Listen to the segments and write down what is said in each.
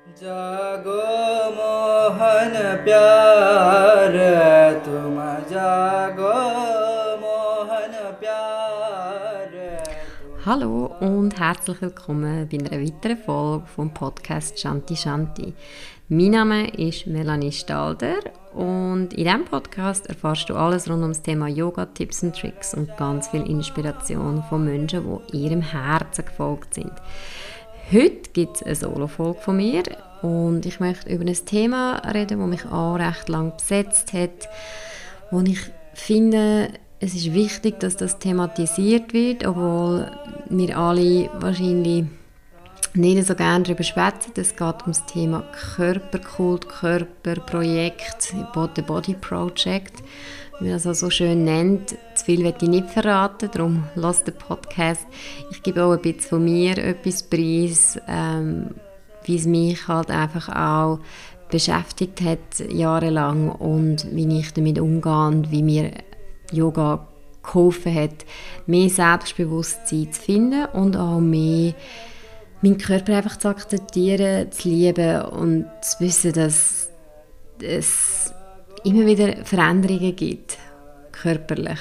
जागो मोहन प्यार तुम जागो मोहन प्यार Hallo und herzlich willkommen bei einer weiteren Folge vom Podcast Shanti Shanti. Mein Name ist Melanie Stalder und in diesem Podcast erfährst du alles rund um das Thema Yoga, Tipps und Tricks und ganz viel Inspiration von Menschen, die ihrem Herzen gefolgt sind. Heute gibt es eine Solo-Folge von mir und ich möchte über ein Thema reden, das mich auch recht lang besetzt hat, wo ich finde, es ist wichtig, dass das thematisiert wird, obwohl wir alle wahrscheinlich nicht so gerne darüber schwätzen. Es geht um das Thema Körperkult, Körperprojekt, The Body Project, wie man das auch so schön nennt. Zu viel will ich nicht verraten, darum lass den Podcast. Ich gebe auch ein bisschen von mir etwas preis, wie es mich halt einfach auch beschäftigt hat jahrelang und wie ich damit umgehe und wie mir Yoga geholfen hat, mehr Selbstbewusstsein zu finden und auch mehr meinen Körper einfach zu akzeptieren, zu lieben und zu wissen, dass es immer wieder Veränderungen gibt, körperlich.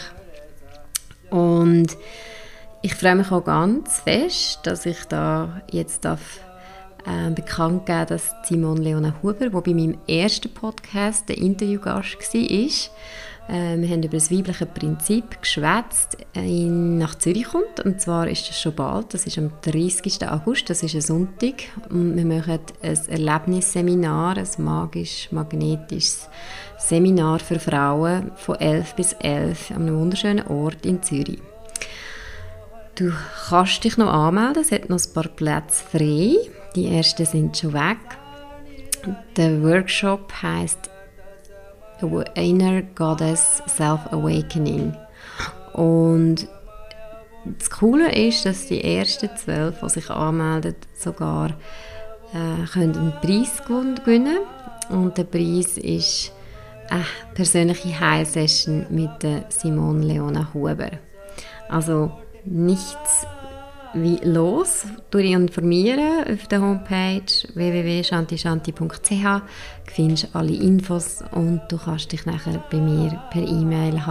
Und ich freue mich auch ganz fest, dass ich da jetzt bekannt geben, dass Simone Leona Huber, die bei meinem ersten Podcast der Interviewgast war, wir haben über das weibliche Prinzip geschwätzt, nach Zürich kommt. Und zwar ist das schon bald, das ist am 30. August, das ist ein Sonntag. Und wir machen ein Erlebnisseminar, ein magisch-magnetisches Seminar für Frauen von 11 bis 11 an einem wunderschönen Ort in Zürich. Du kannst dich noch anmelden, es hat noch ein paar Plätze frei. Die ersten sind schon weg. Der Workshop heisst Inner Goddess Self-Awakening. Und das Coole ist, dass die ersten 12, die sich anmelden, sogar können einen Preis gewinnen. Und der Preis ist eine persönliche Heilsession mit der Simone Leona Huber. Also nichts wie los, durch informieren auf der Homepage www.shantishanti.ch. Du findest alle Infos und du kannst dich nachher bei mir per E-Mail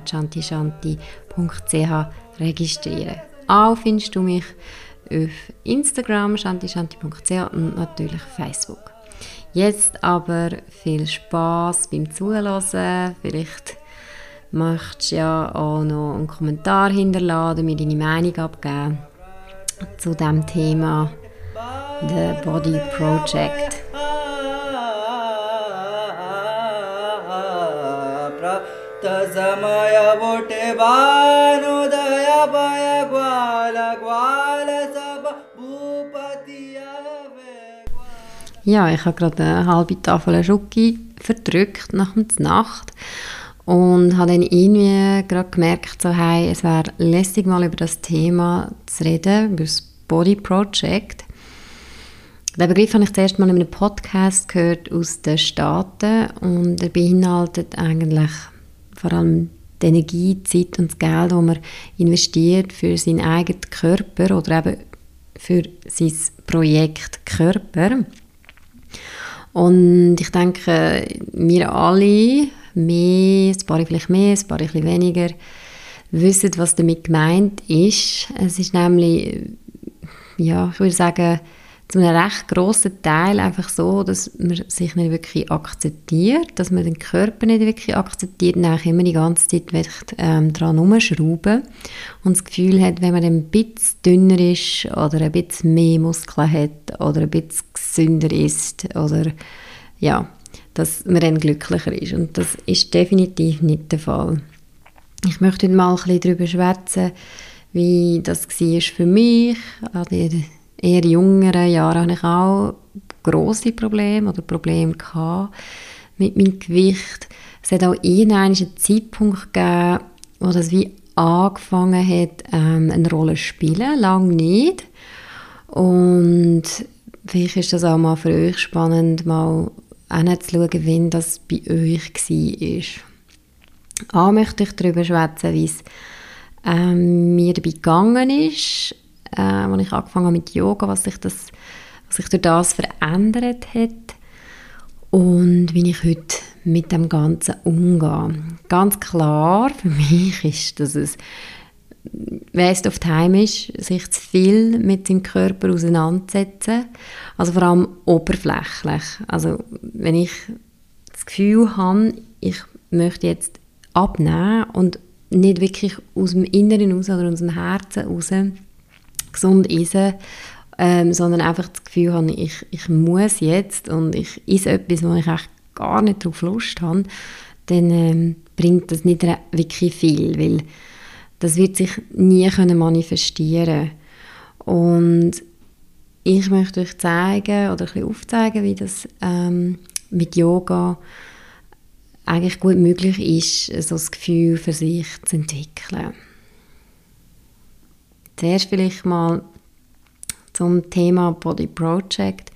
hallo@shantishanti.ch registrieren. Auch findest du mich auf Instagram shantishanti.ch und natürlich Facebook. Jetzt aber viel Spass beim Zuhören. Vielleicht möchtest du ja auch noch einen Kommentar hinterladen, mir deine Meinung abgeben zu dem Thema The Body Project. Ja, ich habe gerade eine halbe Tafel Schoki verdrückt nach der Nacht und habe dann irgendwie gerade gemerkt, so, hey, es wäre lässig, mal über das Thema zu reden, über das Body Project. Den Begriff habe ich zuerst mal in einem Podcast gehört aus den Staaten und er beinhaltet eigentlich vor allem die Energie, die Zeit und das Geld, das man investiert für seinen eigenen Körper oder eben für sein Projekt Körper. Und ich denke, wir alle, ein paar vielleicht mehr, ein paar ein bisschen weniger, wissen, was damit gemeint ist. Es ist nämlich, ja, ich würde sagen, zu einem recht grossen Teil einfach so, dass man sich nicht wirklich akzeptiert, dass man den Körper nicht wirklich akzeptiert und auch immer die ganze Zeit daran herumschrauben und das Gefühl hat, wenn man ein bisschen dünner ist oder ein bisschen mehr Muskeln hat oder ein bisschen gesünder ist oder ja, dass man dann glücklicher ist. Und das ist definitiv nicht der Fall. Ich möchte heute mal ein bisschen darüber schwätzen, wie das war für mich. An den eher jüngeren Jahren hatte ich auch grosse Probleme oder Probleme mit meinem Gewicht. Es hat auch einen Zeitpunkt gegeben, wo das wie angefangen hat, eine Rolle zu spielen, lange nicht. Und vielleicht ist das auch mal für euch spannend, mal hinzuschauen, wie das bei euch war. Auch möchte ich darüber schwätzen, wie es mir dabei gegangen ist, als ich angefangen habe mit Yoga, was was sich durch das verändert hat und wie ich heute mit dem Ganzen umgehe. Ganz klar für mich ist, dass es waste of time ist, sich zu viel mit dem Körper auseinanderzusetzen. Also vor allem oberflächlich. Also wenn ich das Gefühl habe, ich möchte jetzt abnehmen und nicht wirklich aus dem Inneren raus oder aus dem Herzen raus gesund essen, sondern einfach das Gefühl habe, ich muss jetzt und ich esse etwas, wo ich eigentlich gar nicht drauf Lust habe, dann bringt das nicht wirklich viel, weil das wird sich nie manifestieren können. Und ich möchte euch zeigen oder ein bisschen aufzeigen, wie das mit Yoga eigentlich gut möglich ist, so das Gefühl für sich zu entwickeln. Zuerst vielleicht mal zum Thema Body Project.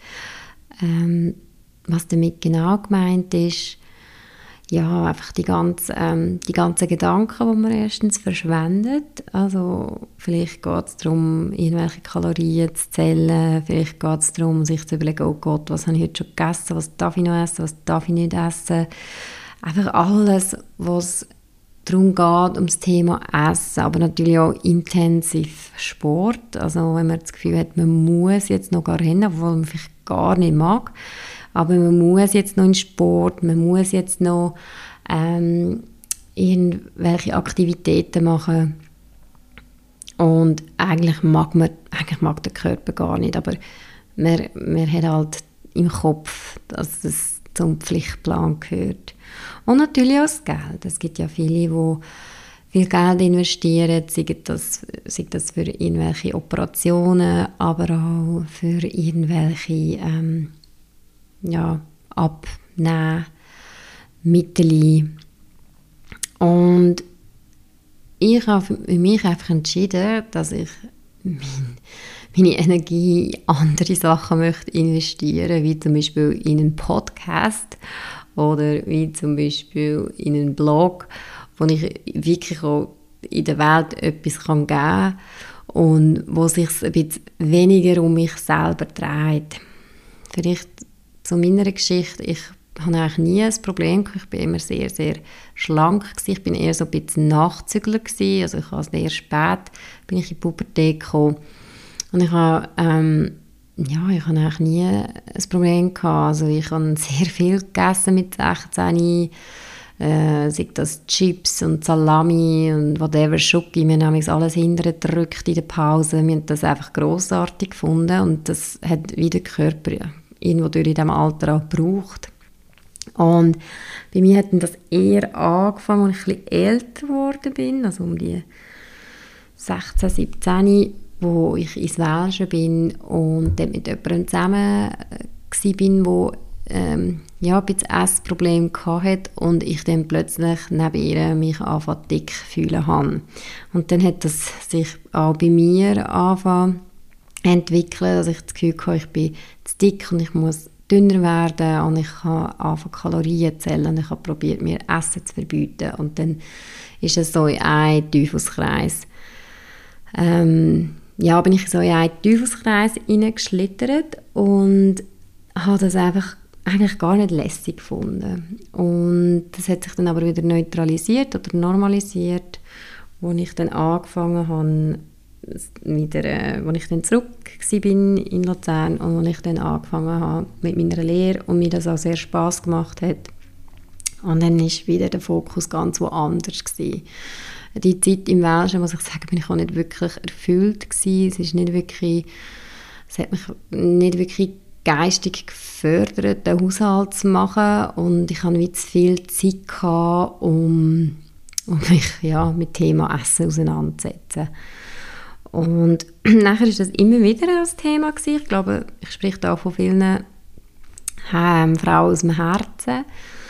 Was damit genau gemeint ist, ja, einfach die ganzen Gedanken, die man erstens verschwendet. Also vielleicht geht es darum, irgendwelche Kalorien zu zählen, vielleicht geht es darum, sich zu überlegen, oh Gott, was habe ich heute schon gegessen, was darf ich noch essen, was darf ich nicht essen. Einfach alles, was darum geht, ums Thema Essen, aber natürlich auch intensiv Sport. Also wenn man das Gefühl hat, man muss jetzt noch gar rennen, obwohl man vielleicht gar nicht mag, aber man muss jetzt noch in Sport, man muss jetzt noch irgendwelche Aktivitäten machen und eigentlich mag der Körper gar nicht, aber man hat halt im Kopf, dass es zum Pflichtplan gehört. Und natürlich auch das Geld. Es gibt ja viele, die viel Geld investieren, sei das für irgendwelche Operationen, aber auch für irgendwelche Abnehmmittel. Und ich habe für mich einfach entschieden, dass ich meine Energie in andere Sachen möchte investieren, wie zum Beispiel in einen Podcast oder wie zum Beispiel in einen Blog, wo ich wirklich auch in der Welt etwas geben kann und wo es sich ein bisschen weniger um mich selber dreht. Vielleicht zu meiner Geschichte, ich hatte eigentlich nie ein Problem, ich war immer sehr, sehr schlank, ich bin eher so ein bisschen Nachzügler gewesen, also ich habe sehr spät bin ich in die Pubertät gekommen und ich habe eigentlich nie ein Problem gehabt, also ich habe sehr viel gegessen mit 16, sei das Chips und Salami und whatever, Schoki, wir haben alles hinterdrückt in der Pause, wir haben das einfach grossartig gefunden und das hat wie der Körper irgendwo durch in diesem Alter auch gebraucht. Und bei mir hat das eher angefangen, als ich ein bisschen älter geworden bin, also um die 16, 17, wo ich ins Welsche bin und dort mit jemandem zusammen war, der ein bisschen Essproblem hatte und ich dann plötzlich neben ihr mich angefangen dick fühlen habe. Und dann hat das sich auch bei mir angefangen entwickeln, dass ich das Gefühl hatte, ich bin zu dick und ich muss dünner werden und ich habe angefangen Kalorien zu zählen und ich habe probiert, mir Essen zu verbieten und dann ist es so in einen Teufelskreis. Bin ich so in einen Teufelskreis hineingeschlittert und habe das einfach eigentlich gar nicht lässig gefunden. Und das hat sich dann aber wieder neutralisiert oder normalisiert, wo ich dann angefangen habe, wo ich dann zurück war in Luzern und wo ich dann angefangen habe mit meiner Lehre und mir das auch sehr Spass gemacht hat. Und dann war wieder der Fokus ganz woanders gewesen. Die Zeit im Welschen, muss ich sagen, bin ich auch nicht wirklich erfüllt gewesen. Es hat mich nicht wirklich geistig gefördert, den Haushalt zu machen und ich hatte zu viel Zeit gehabt, um mich mit Thema Essen auseinanderzusetzen. Und nachher ist das immer wieder ein Thema gewesen. Ich glaube, ich spreche da von vielen Frauen aus dem Herzen.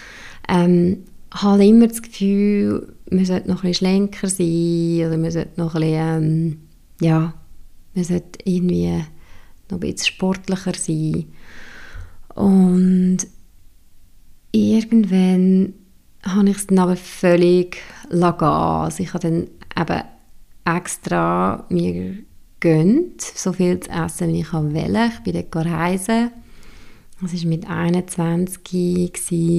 Habe immer das Gefühl, man sollte noch ein bisschen schlanker sein oder man sollte noch ein bisschen, man sollte irgendwie noch ein bisschen sportlicher sein. Und irgendwann habe ich es dann aber völlig lassen. Also ich habe dann eben extra mir gönnt, so viel zu essen, wie ich wollte. Ich bin dort reisen. Das war mit 21,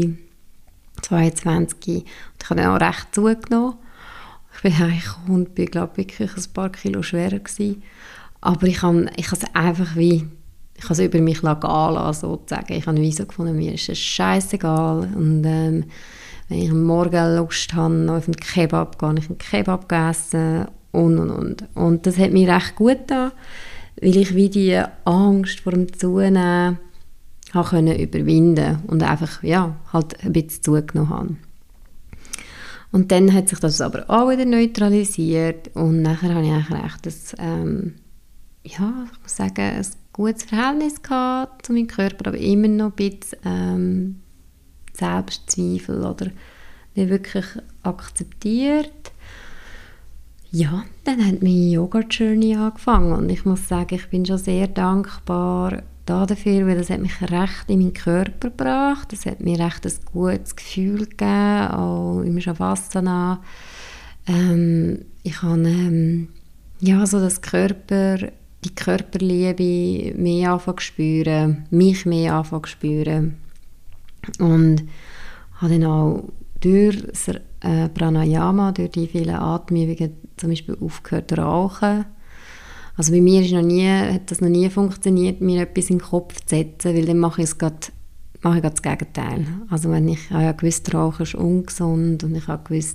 22 und ich habe dann auch recht zugenommen. Ich bin heimgekommen und bin, glaube ich, wirklich ein paar Kilo schwerer gewesen. Aber ich habe es einfach wie, ich habe es über mich gehen lassen, sozusagen. Ich habe wie so gefunden, mir ist es scheissegal. Und wenn ich am Morgen Lust habe auf einen Kebab, gehe ich einen Kebab essen und. Und das hat mir recht gut getan, weil ich wie die Angst vor dem Zunehmen habe überwinden und einfach, ja, halt ein bisschen zugenommen habe. Und dann hat sich das aber auch wieder neutralisiert und nachher habe ich eigentlich recht ich muss sagen, ein gutes Verhältnis gehabt zu meinem Körper, aber immer noch ein bisschen Selbstzweifel oder nicht wirklich akzeptiert. Ja, dann hat meine Yoga-Journey angefangen und ich muss sagen, ich bin schon sehr dankbar dafür, weil das hat mich recht in meinen Körper gebracht, das hat mir recht ein gutes Gefühl gegeben, auch im Shavasana. Ich habe so die Körperliebe mehr anfangen zu spüren, mich mehr anfangen zu spüren und habe dann auch durch das Pranayama, durch die vielen Atemübungen zum Beispiel aufgehört zu rauchen. Also bei mir hat das noch nie funktioniert, mir etwas in den Kopf zu setzen, weil dann mache ich das Gegenteil. Also wenn ich habe ja gewusst, Rauchen ist ungesund und ich habe gewusst,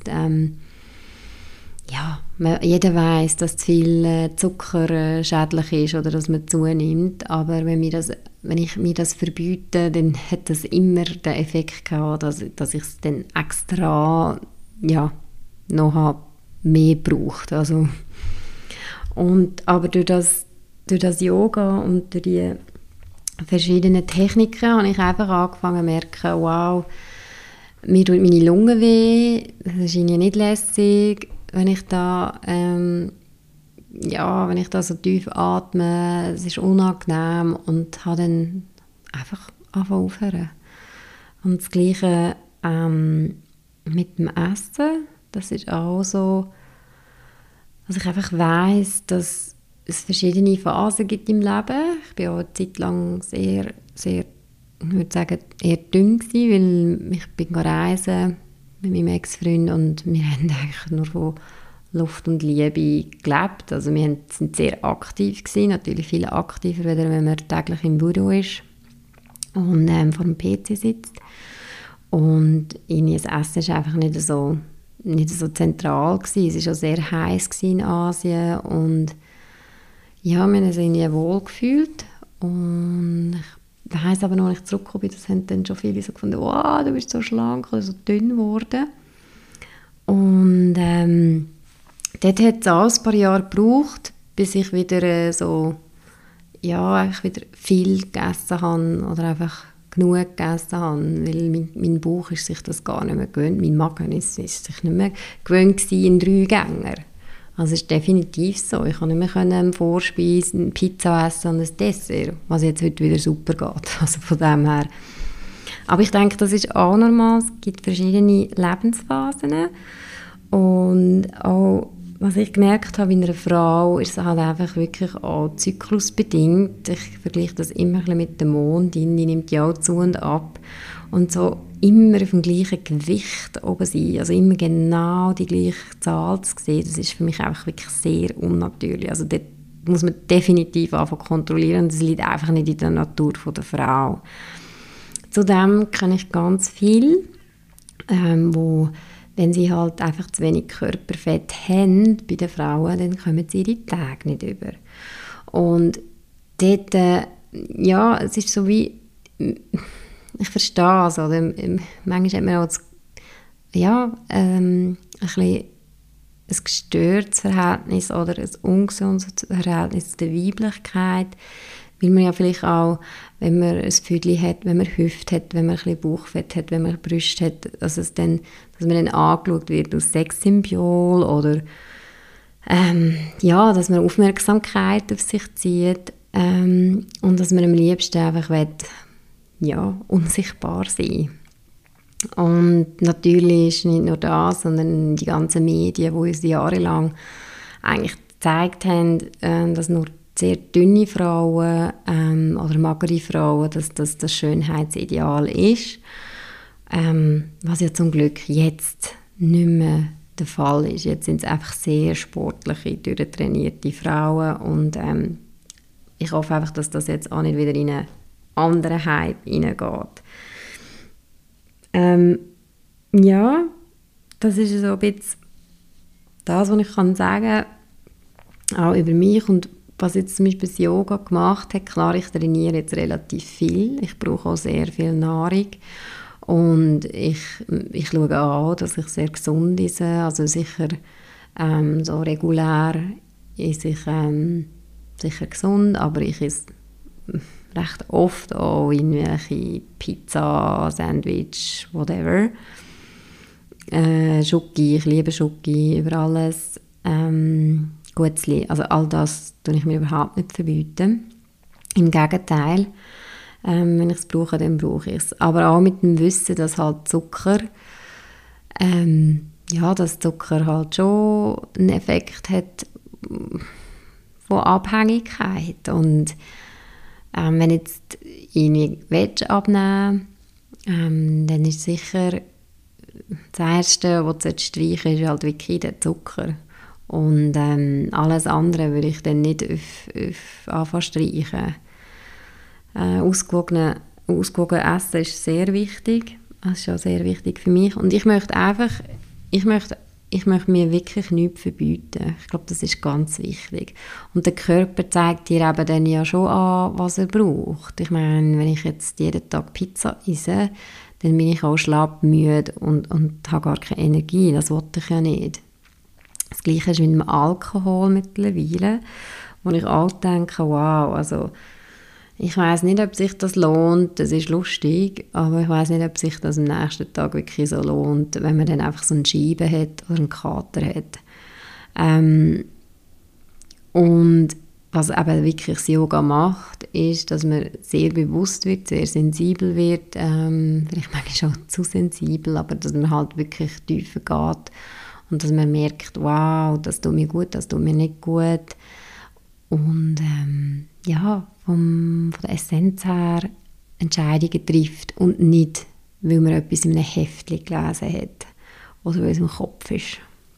jeder weiss, dass zu viel Zucker schädlich ist oder dass man zunimmt, aber wenn ich mir das verbiete, dann hat das immer den Effekt gehabt, dass ich es dann extra noch mehr braucht. Also aber durch das Yoga und durch die verschiedenen Techniken habe ich einfach angefangen zu merken, wow, mir tut meine Lunge weh, das ist irgendwie nicht lässig, wenn ich da so tief atme, es ist unangenehm und habe dann einfach angefangen aufhören. Und das Gleiche mit dem Essen, das ist auch so, dass ich einfach weiss, dass es verschiedene Phasen gibt im Leben. Ich war auch eine Zeit lang sehr, sehr, ich würde sagen, eher dünn gewesen, weil ich bin reisen mit meinem Ex-Freund und wir haben eigentlich nur von Luft und Liebe gelebt. Also wir sind sehr aktiv gewesen, natürlich viel aktiver, als wenn man täglich im Büro ist und vor dem PC sitzt. Und das Essen war einfach nicht so zentral gewesen. Es war auch sehr heiß in Asien und ja, wir haben uns irgendwie wohl gefühlt. Und ich weiss aber noch, als ich zurückgekommen bin, das haben dann schon viele so gefunden, wow, du bist so schlank oder so dünn geworden. Und dort hat es auch ein paar Jahre gebraucht, bis ich wieder eigentlich wieder viel gegessen habe oder einfach genug gegessen habe, weil mein Bauch ist sich das gar nicht mehr gewöhnt, mein Magen ist sich nicht mehr gewöhnt gewesen in 3 Gänger. Also es ist definitiv so, ich kann nicht mehr eine Vorspeise, eine Pizza essen und ein Dessert, was jetzt heute wieder super geht, also von dem her. Aber ich denke, das ist auch normal, es gibt verschiedene Lebensphasen und auch was ich gemerkt habe in einer Frau, ist es halt einfach wirklich auch zyklusbedingt. Ich vergleiche das immer ein bisschen mit dem Mond, die nimmt ja auch zu und ab. Und so immer auf dem gleichen Gewicht oben sein, also immer genau die gleiche Zahl zu sehen, das ist für mich einfach wirklich sehr unnatürlich. Also dort muss man definitiv anfangen zu kontrollieren, das liegt einfach nicht in der Natur der Frau. Zudem kenne ich ganz viel, wo wenn sie halt einfach zu wenig Körperfett haben bei den Frauen, dann kommen sie ihre Tage nicht über. Und dort, es ist so wie, ich verstehe es, oder? Manchmal hat man auch ein bisschen ein gestörtes Verhältnis oder ein ungesundes Verhältnis zur Weiblichkeit, weil man ja vielleicht auch, wenn man ein Füdli hat, wenn man Hüfte hat, wenn man ein bisschen Bauchfett hat, wenn man Brüste hat, dass man dann angeschaut wird als Sexsymbol oder dass man Aufmerksamkeit auf sich zieht und dass man am liebsten einfach unsichtbar sein. Und natürlich ist nicht nur das, sondern die ganzen Medien, die uns jahrelang eigentlich gezeigt haben, dass nur sehr dünne Frauen oder magere Frauen, dass das das Schönheitsideal ist. Was ja zum Glück jetzt nicht mehr der Fall ist. Jetzt sind es einfach sehr sportliche, durchtrainierte Frauen und ich hoffe einfach, dass das jetzt auch nicht wieder in einen anderen Hype hineingeht. Ja, das ist so ein bisschen das, was ich sagen kann, auch über mich und was jetzt zum Beispiel das Yoga gemacht hat. Klar, ich trainiere jetzt relativ viel, ich brauche auch sehr viel Nahrung und ich schaue auch, dass ich sehr gesund esse, also sicher so regulär esse ich sicher gesund, aber ich esse recht oft auch irgendwelche Pizza, Sandwich, whatever. Schoki, ich liebe Schoki über alles. Gutzli, also all das tue ich mir überhaupt nicht verbieten. Im Gegenteil, wenn ich es brauche, dann brauche ich es. Aber auch mit dem Wissen, dass halt Zucker, dass Zucker halt schon einen Effekt hat von Abhängigkeit. Und wenn jetzt ich abnehmen dann ist sicher das Erste, was du streichen solltest, ist halt wirklich der Zucker. Und alles andere würde ich dann nicht anfangen streichen. Ausgewogen essen ist sehr wichtig. Das ist auch sehr wichtig für mich. Und ich möchte mir wirklich nichts verbieten. Ich glaube, das ist ganz wichtig. Und der Körper zeigt dir eben dann ja schon an, was er braucht. Ich meine, wenn ich jetzt jeden Tag Pizza esse, dann bin ich auch schlapp, müde und habe gar keine Energie. Das wollte ich ja nicht. Das Gleiche ist mit dem Alkohol mittlerweile, wo ich auch denke, wow, also ich weiss nicht, ob sich das lohnt, das ist lustig, aber ich weiss nicht, ob sich das am nächsten Tag wirklich so lohnt, wenn man dann einfach so eine Scheibe hat oder einen Kater hat. Und was eben wirklich das Yoga macht, ist, dass man sehr bewusst wird, sehr sensibel wird, vielleicht manchmal auch zu sensibel, aber dass man halt wirklich tiefer geht und dass man merkt, wow, das tut mir gut, das tut mir nicht gut. Und von der Essenz her Entscheidungen trifft und nicht, weil man etwas in einem Heftchen gelesen hat oder weil es im Kopf ist.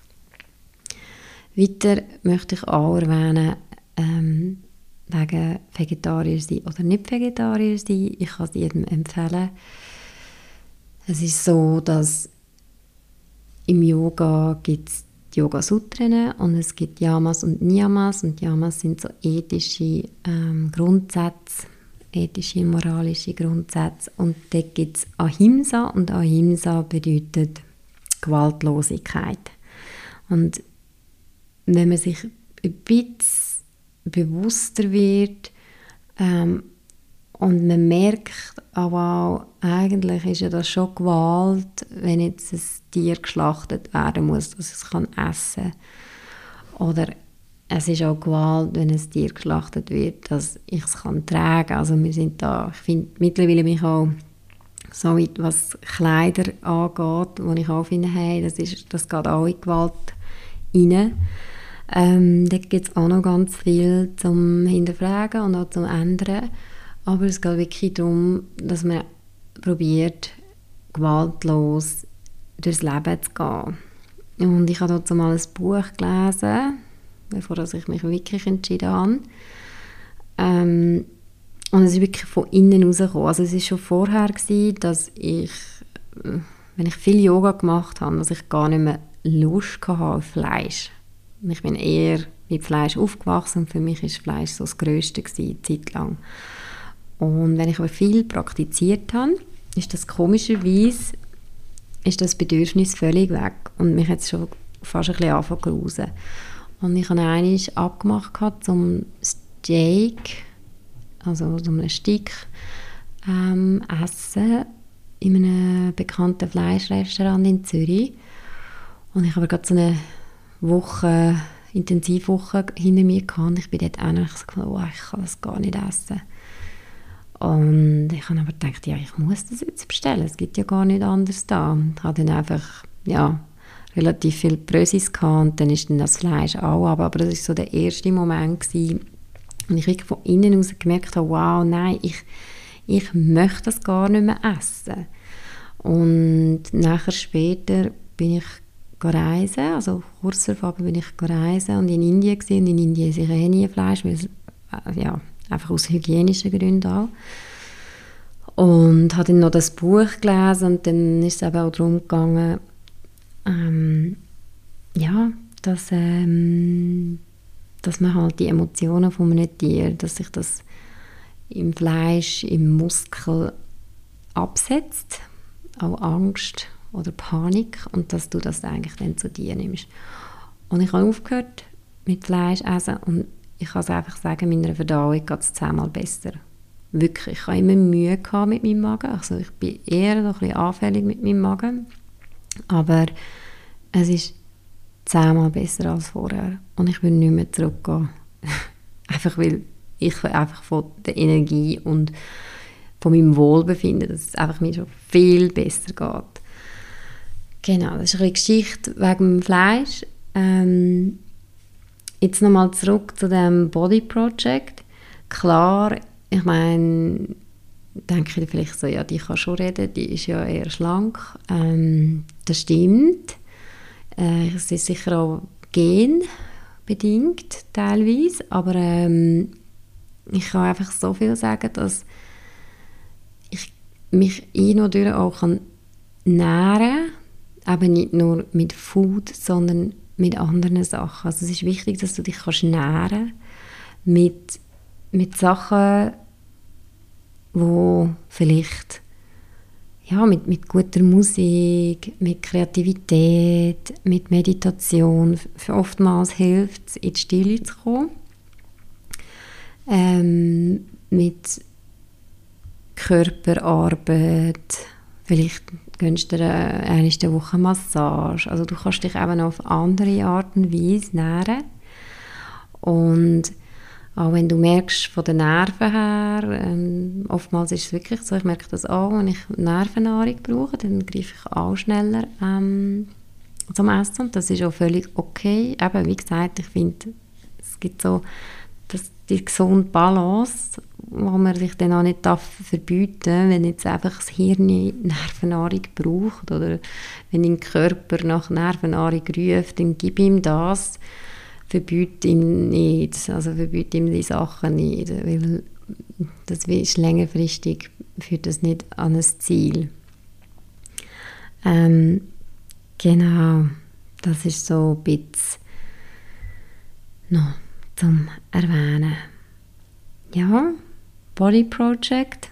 Weiter möchte ich auch erwähnen, wegen Vegetarier sein oder nicht Vegetarier sein. Ich kann es jedem empfehlen. Es ist so, dass im Yoga gibt es Yoga-Sutren und es gibt Yamas und Niyamas. Und Yamas sind so ethische Grundsätze, ethische, moralische Grundsätze. Und dort gibt es Ahimsa und Ahimsa bedeutet Gewaltlosigkeit. Und wenn man sich ein bisschen bewusster wird und man merkt, wow, eigentlich ist ja das schon Gewalt, wenn jetzt ein Tier geschlachtet werden muss, dass es essen kann. Oder es ist auch Gewalt, wenn ein Tier geschlachtet wird, dass ich es tragen kann. Also wir sind da, ich finde mittlerweile mich auch so weit, was Kleider angeht, wo ich auch finde, hey, das geht auch in Gewalt rein. Da gibt es auch noch ganz viel zum Hinterfragen und auch zum Ändern. Aber es geht wirklich darum, dass man probiert, gewaltlos durchs Leben zu gehen. Und ich habe dazu mal ein Buch gelesen, bevor ich mich wirklich entschieden habe. Und es ist wirklich von innen rausgekommen. Also es war schon vorher, dass ich, wenn ich viel Yoga gemacht habe, dass ich gar nicht mehr Lust hatte auf Fleisch. Ich bin eher mit Fleisch aufgewachsen und für mich war Fleisch so das Grösste gewesen, zeitlang. Und wenn ich aber viel praktiziert habe, ist das komischerweise ist das Bedürfnis völlig weg. Und mich hat es schon fast ein bisschen angefangen zu grusen. Und ich habe einmal abgemacht zum Steak, also so ein Stück essen in einem bekannten Fleischrestaurant in Zürich. Und ich habe gerade so eine Intensivwoche hinter mir gehabt und ich bin dort eigentlich so gedacht, oh, ich kann das gar nicht essen. Und ich habe aber gedacht, ja, ich muss das jetzt bestellen, es gibt ja gar nichts anderes da. Ich habe dann einfach, relativ viel Brösis gehabt und dann ist dann das Fleisch auch ab. Aber das war so der erste Moment gewesen, und ich wirklich von innen aus gemerkt habe, wow, nein, ich möchte das gar nicht mehr essen. Und nachher später bin ich reisen, also kurz davor bin ich reisen und in Indien gewesen. Und in Indien esse ich nie Fleisch, weil es, ja, einfach aus hygienischen Gründen auch. Und habe dann noch das Buch gelesen und dann ist es eben auch darum gegangen, ja, dass man halt die Emotionen von einem Tier, dass sich das im Fleisch, im Muskel absetzt, auch Angst oder Panik, und dass du das eigentlich dann zu dir nimmst. Und ich habe aufgehört mit Fleisch essen und ich kann es einfach sagen, meiner Verdauung geht es 10-mal besser. Wirklich, ich habe immer Mühe gehabt mit meinem Magen, also ich bin eher noch ein bisschen anfällig mit meinem Magen, aber es ist 10-mal besser als vorher und ich will nicht mehr zurückgehen. Einfach weil ich einfach von der Energie und von meinem Wohlbefinden, dass es einfach mir schon viel besser geht. Genau, das ist eine Geschichte wegen dem Fleisch. Jetzt nochmal zurück zu dem Body Project. Klar, ich meine, denke ich vielleicht so, ja, die kann schon reden, die ist ja eher schlank. Das stimmt. Es ist sicher auch genbedingt teilweise, aber ich kann einfach so viel sagen, dass ich mich durch auch nähren kann, aber nicht nur mit Food, sondern mit anderen Sachen. Also es ist wichtig, dass du dich nähren kannst mit Sachen, wo vielleicht ja, mit guter Musik, mit Kreativität, mit Meditation. Für oftmals hilft es, in die Stille zu kommen. Mit Körperarbeit, vielleicht gönnst du dir einmal in der Woche Massage. Also du kannst dich eben auf andere Art und Weise nähren. Und auch wenn du merkst, von den Nerven her, oftmals ist es wirklich so, ich merke das auch, wenn ich Nervennahrung brauche, dann greife ich auch schneller zum Essen. Und das ist auch völlig okay. Eben, wie gesagt, ich finde, es gibt so die gesunde Balance, wo man sich dann auch nicht verbieten darf, wenn jetzt einfach das Hirn Nervennahrung braucht oder wenn dein Körper nach Nervennahrung ruft, dann gib ihm das. Verbiete ihm nicht, also verbiete ihm die Sachen nicht, weil das ist längerfristig, führt das nicht an ein Ziel. Genau, das ist so ein bisschen noch zum Erwähnen. Ja, Body Project.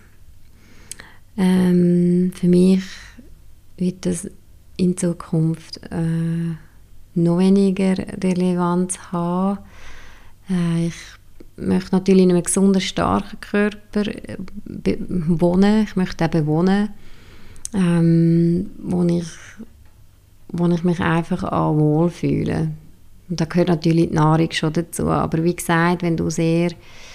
Für mich wird das in Zukunft noch weniger Relevanz haben. Ich möchte natürlich in einem gesunden, starken Körper wohnen. Ich möchte eben wohnen, wo ich mich einfach auch wohlfühle. Und da gehört natürlich die Nahrung schon dazu. Aber wie gesagt, wenn du sehr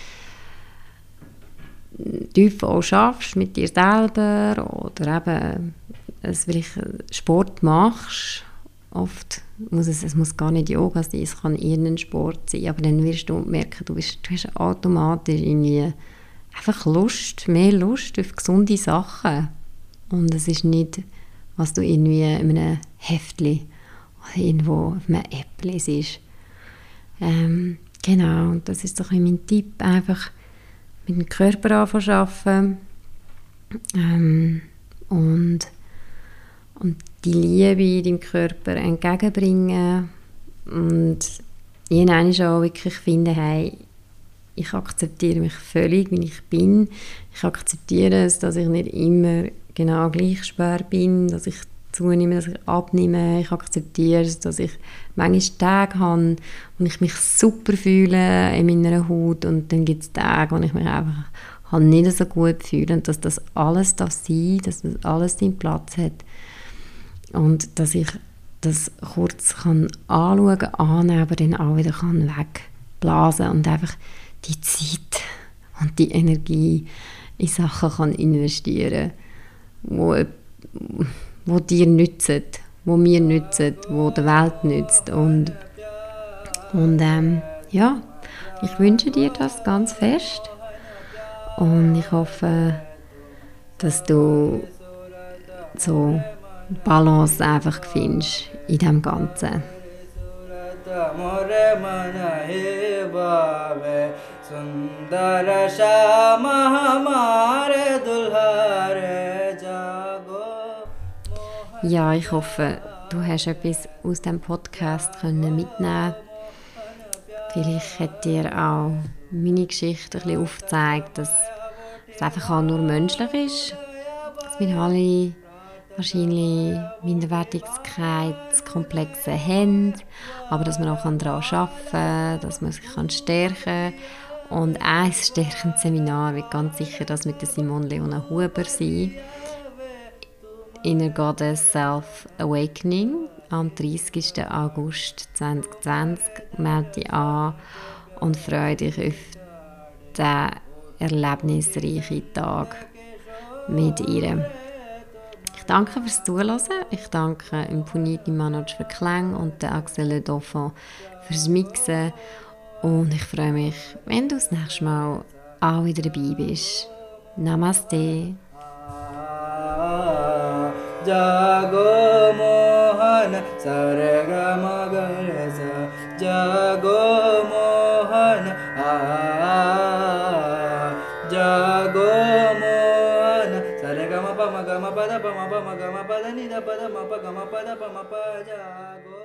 tief auch schaffst mit dir selber oder eben vielleicht Sport machst, oft muss es muss gar nicht Yoga sein, es kann irgendein Sport sein, aber dann wirst du merken, du hast automatisch irgendwie einfach mehr Lust auf gesunde Sachen. Und es ist nicht, was du irgendwie in einem Heftchen oder irgendwo auf einem Äppli siehst. Genau, das ist doch mein Tipp, einfach mit dem Körper anfangen zu arbeiten und die Liebe deinem Körper entgegenbringen und irgendwann auch wirklich finden, hey, ich akzeptiere mich völlig, wie ich bin. Ich akzeptiere es, dass ich nicht immer genau gleich schwer bin, dass ich zunehme, dass ich abnehme. Ich akzeptiere es, dass ich manchmal Tage habe, wo ich mich super fühle in meiner Haut und dann gibt es Tage, wo ich mich einfach nicht so gut fühle und dass das alles sein darf, dass das alles seinen Platz hat. Und dass ich das kurz anschauen kann, annehmen, aber dann auch wieder wegblasen kann und einfach die Zeit und die Energie in Sachen kann investieren kann, die dir nützen, wo mir nützen, wo der Welt nützt. Und ja, ich wünsche dir das ganz fest. Und ich hoffe, dass du so Balance einfach findest in dem Ganzen. Ja, ich hoffe, du hast etwas aus dem Podcast mitnehmen können. Vielleicht hat dir auch meine Geschichte ein bisschen aufgezeigt, dass es einfach auch nur menschlich ist, dass wir alle wahrscheinlich Minderwertigkeitskomplexe haben, aber dass man auch daran arbeiten kann, dass man sich stärken kann. Und ein stärkendes Seminar wird ganz sicher das mit der Simone Leona Huber sein. Inner Goddess Self-Awakening am 30. August 2020. Melde dich an und freue dich auf diesen erlebnisreichen Tag mit ihr. Ich danke fürs Zuhören. Ich danke dem Puniti Manoj für Klang und der Axel Le Dauphin fürs Mixen. Und ich freue mich, wenn du das nächste Mal auch wieder dabei bist. Namaste. Jago Mohan Sargama Garasa Jago Mohan Jago Mohan Sargama Pama Gama Pada Pama Pama Gama Pada Nida Pada Mapa Gama Pada Pama Pa Jago